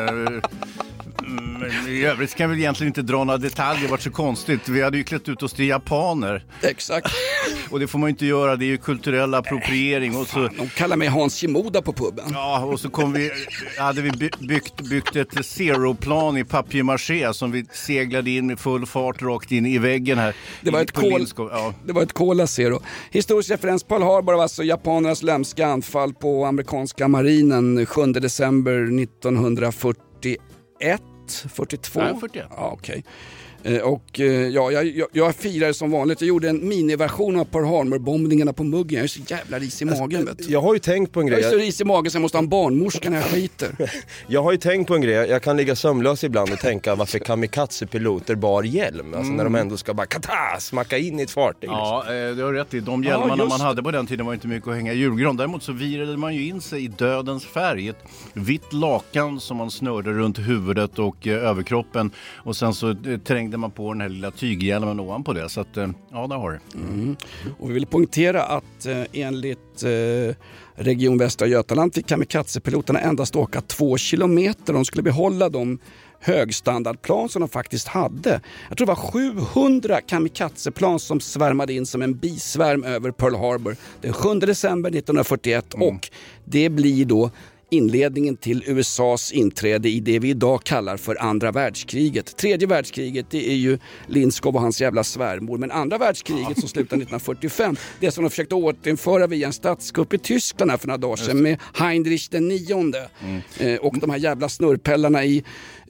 I övrigt kan vi egentligen inte dra några detaljer, det var så konstigt. Vi hade ju klätt ut oss till japaner. Exakt. Och det får man inte göra, det är ju kulturell appropriering. Och så, de kallar mig Hans Shimoda på puben. Ja, och så hade vi byggt ett zeroplan i papier-maché som vi seglade in med full fart rakt in i väggen här. Det var ett Cola Zero. Historisk referens, Pearl Harbor var alltså japanernas lömska anfall på amerikanska marinen 7 december 1941. 42? Nej, 41. Ja, okej. Och jag firade som vanligt. Jag gjorde en miniversion av Pearl Harbor-bombningarna på muggen. Jag är så jävla ris i magen, vet du. Jag har ju tänkt på en grej. Jag är så ris i magen så jag måste ha en barnmorska när jag skiter. Jag har ju tänkt på en grej. Jag kan ligga sömnlös ibland och tänka varför kamikaze-piloter bar hjälm. Alltså när de ändå ska bara smacka in i ett fartyg. Ja, det har rätt i. De hjälmarna man hade på den tiden var inte mycket att hänga i julgran. Däremot så virade man ju in sig i dödens färg. Ett vitt lakan som man snörde runt huvudet och överkroppen. Och sen så trängde man på den här lilla tyghjälmen ovanpå det. Så att, ja, där har det. Och vi vill poängtera att enligt Region Västra Götaland fick kamikazepiloterna endast åka 2 kilometer. De skulle behålla de högstandardplan som de faktiskt hade. Jag tror det var 700 kamikazeplan som svärmade in som en bisvärm över Pearl Harbor den 7 december 1941 och det blir då inledningen till USAs inträde i det vi idag kallar för andra världskriget. Tredje världskriget, det är ju Lindskov och hans jävla svärmor. Men andra världskriget som slutade 1945, det som de försökte återinföra via en statskupp i Tyskland här för några dagar sedan med Heinrich den 9:e. Och de här jävla snurrpellarna i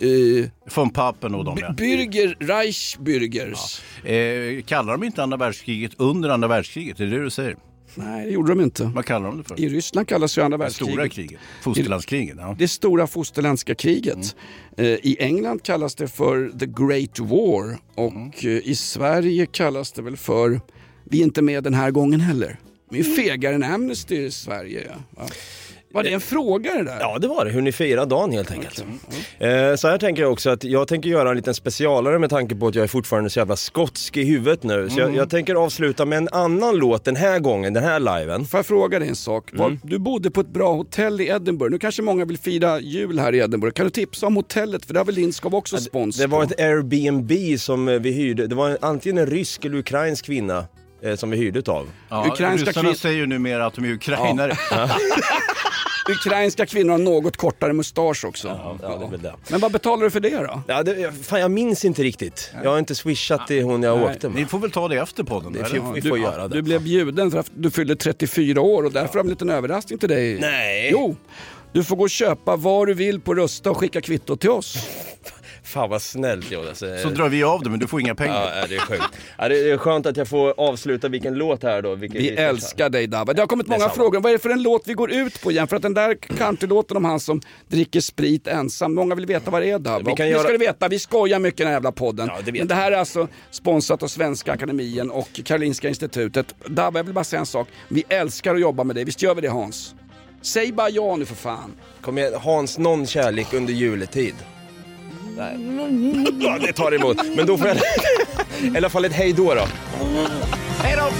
von Papen och de Reichsbürgers. Ja. Kallar de inte andra världskriget under andra världskriget? Är det du säger? Nej, det gjorde de inte. Vad kallar de det för? I Ryssland kallas ju andra världskriget. Stora kriget. Fosterlandskriget. Ja. Det stora fosterländska kriget. I England kallas det för The Great War. Och i Sverige kallas det väl för vi är inte med den här gången heller. Vi är fegare än Amnesty i Sverige. Ja. Var det en fråga det där? Ja, det var det. Hur ni firar dagen helt enkelt. Så här tänker jag också att jag tänker göra en liten specialare med tanke på att jag är fortfarande så jävla skotsk i huvudet nu. Så jag tänker avsluta med en annan låt den här gången, den här liven. Får jag fråga dig en sak? Du bodde på ett bra hotell i Edinburgh. Nu kanske många vill fira jul här i Edinburgh. Kan du tipsa om hotellet? För det har väl Lindskov också spons på. Det var ett Airbnb som vi hyrde. Det var antingen en rysk eller ukrainsk kvinna som vi hyrde av. Ja, ryssarna säger ju numera att de är ukrainare. Ja. Ukrainska kvinnor har något kortare mustasch också. Ja, det det. Men vad betalar du för det då? Ja, jag minns inte riktigt. Jag har inte swishat till hon jag åkte med. Ni får väl ta det efter podden. Vi får göra det. Du blev bjuden för att du fyllde 34 år och därför har vi en liten överraskning till dig. Nej. Jo, du får gå och köpa vad du vill på Rusta och skicka kvitto till oss. Fan vad snällt Jonas. Så drar vi av det men du får inga pengar. Ja, det är sjukt. Ja, det är skönt att jag får avsluta vilken låt här då. Vi älskar dig Dabba. Det har kommit många frågor. Vad är det för en låt vi går ut på igen? För att den där countrylåten om han som dricker sprit ensam. Många vill veta vad det är Dabba. Det ska du veta, vi skojar mycket i den här jävla podden. Ja, men det här är alltså sponsrat av Svenska Akademien och Karolinska Institutet. Dabba, jag vill bara säga en sak. Vi älskar att jobba med dig. Visst gör vi det Hans? Säg bara ja nu för fan. Kom igen, Hans, någon kärlek under juletid. Nej. Ja, det tar emot. Men då får jag i alla fall ett hej då. Hej då!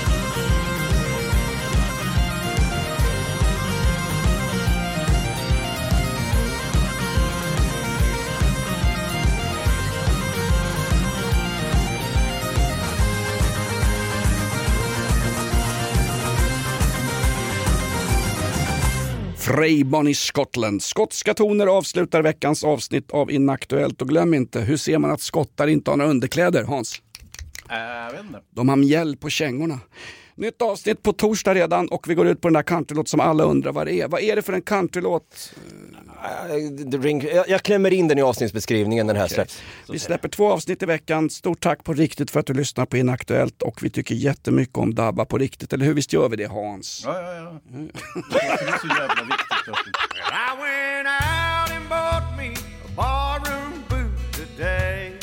Freyborn i Skottland. Skotska toner avslutar veckans avsnitt av Inaktuellt. Och glöm inte, hur ser man att skottar inte har några underkläder, Hans? Jag vet inte. De har mjäll på kängorna. Nytt avsnitt på torsdag redan och vi går ut på den där countrylåt som alla undrar vad det är. Vad är det för en countrylåt? Jag klämmer in den i avsnittsbeskrivningen, den här släpps. Vi släpper 2 avsnitt i veckan. Stort tack på riktigt för att du lyssnar på Inaktuellt och vi tycker jättemycket om Dabba på riktigt. Eller hur, visst gör vi det Hans? Ja. Det är så jävla viktigt. I went out and bought me a barroom boot today.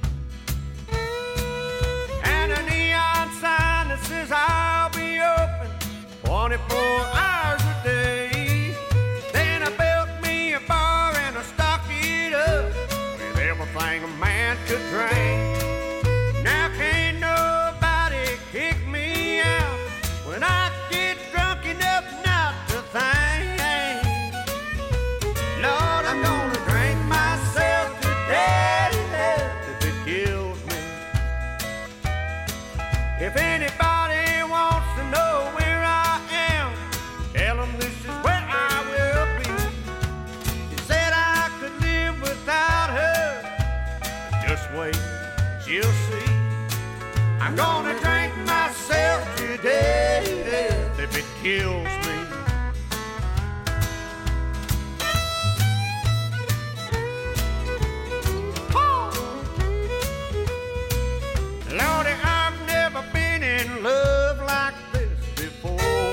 And a neon sign that says I'll be open 24 hours a day. Then I built me a bar and I stocked it up with everything a man could drink. Now can't nobody kick me out when I get drunk enough not to think. Lord, I'm gonna drink myself to death if it kills me. If anybody wants to know where I am, tell them this is where I will be. She said I could live without her. Just wait, she'll see. I'm gonna drink myself to death if it kills me. Lordy, I've never been in love like this before.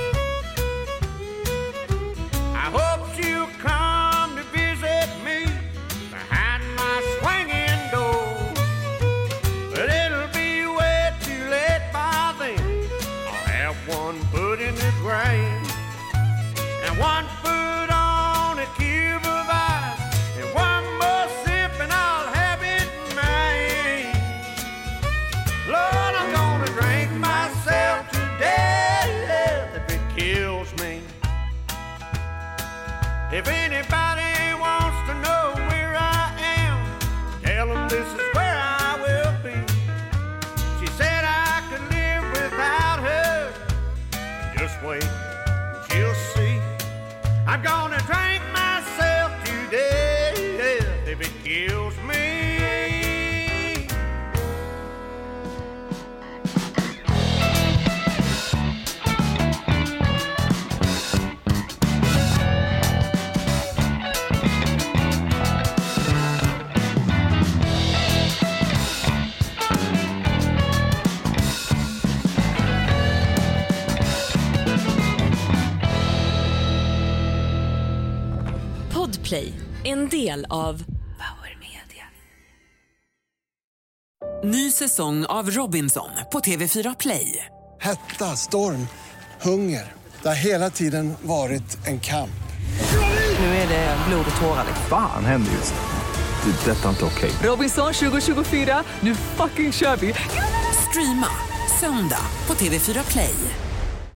I hope you'll come to visit me behind my swinging door. But it'll be way too late by then. I'll have one foot in the grave and one foot on a cube of ice, and one more sip and I'll have it made. Lord, I'm gonna drink myself to death if it kills me. If anybody wants to know where I am, tell them this is where I will be. She said I could live without her. Just wait, she'll see. I'm gonna Play, en del av Power Media. Ny säsong av Robinson på TV4 Play. Hetta, storm, hunger. Det har hela tiden varit en kamp. Nu är det blod och tårar. Fan händer just det. Det är detta inte okej. Robinson 2024, nu fucking kör vi. Streama söndag på TV4 Play.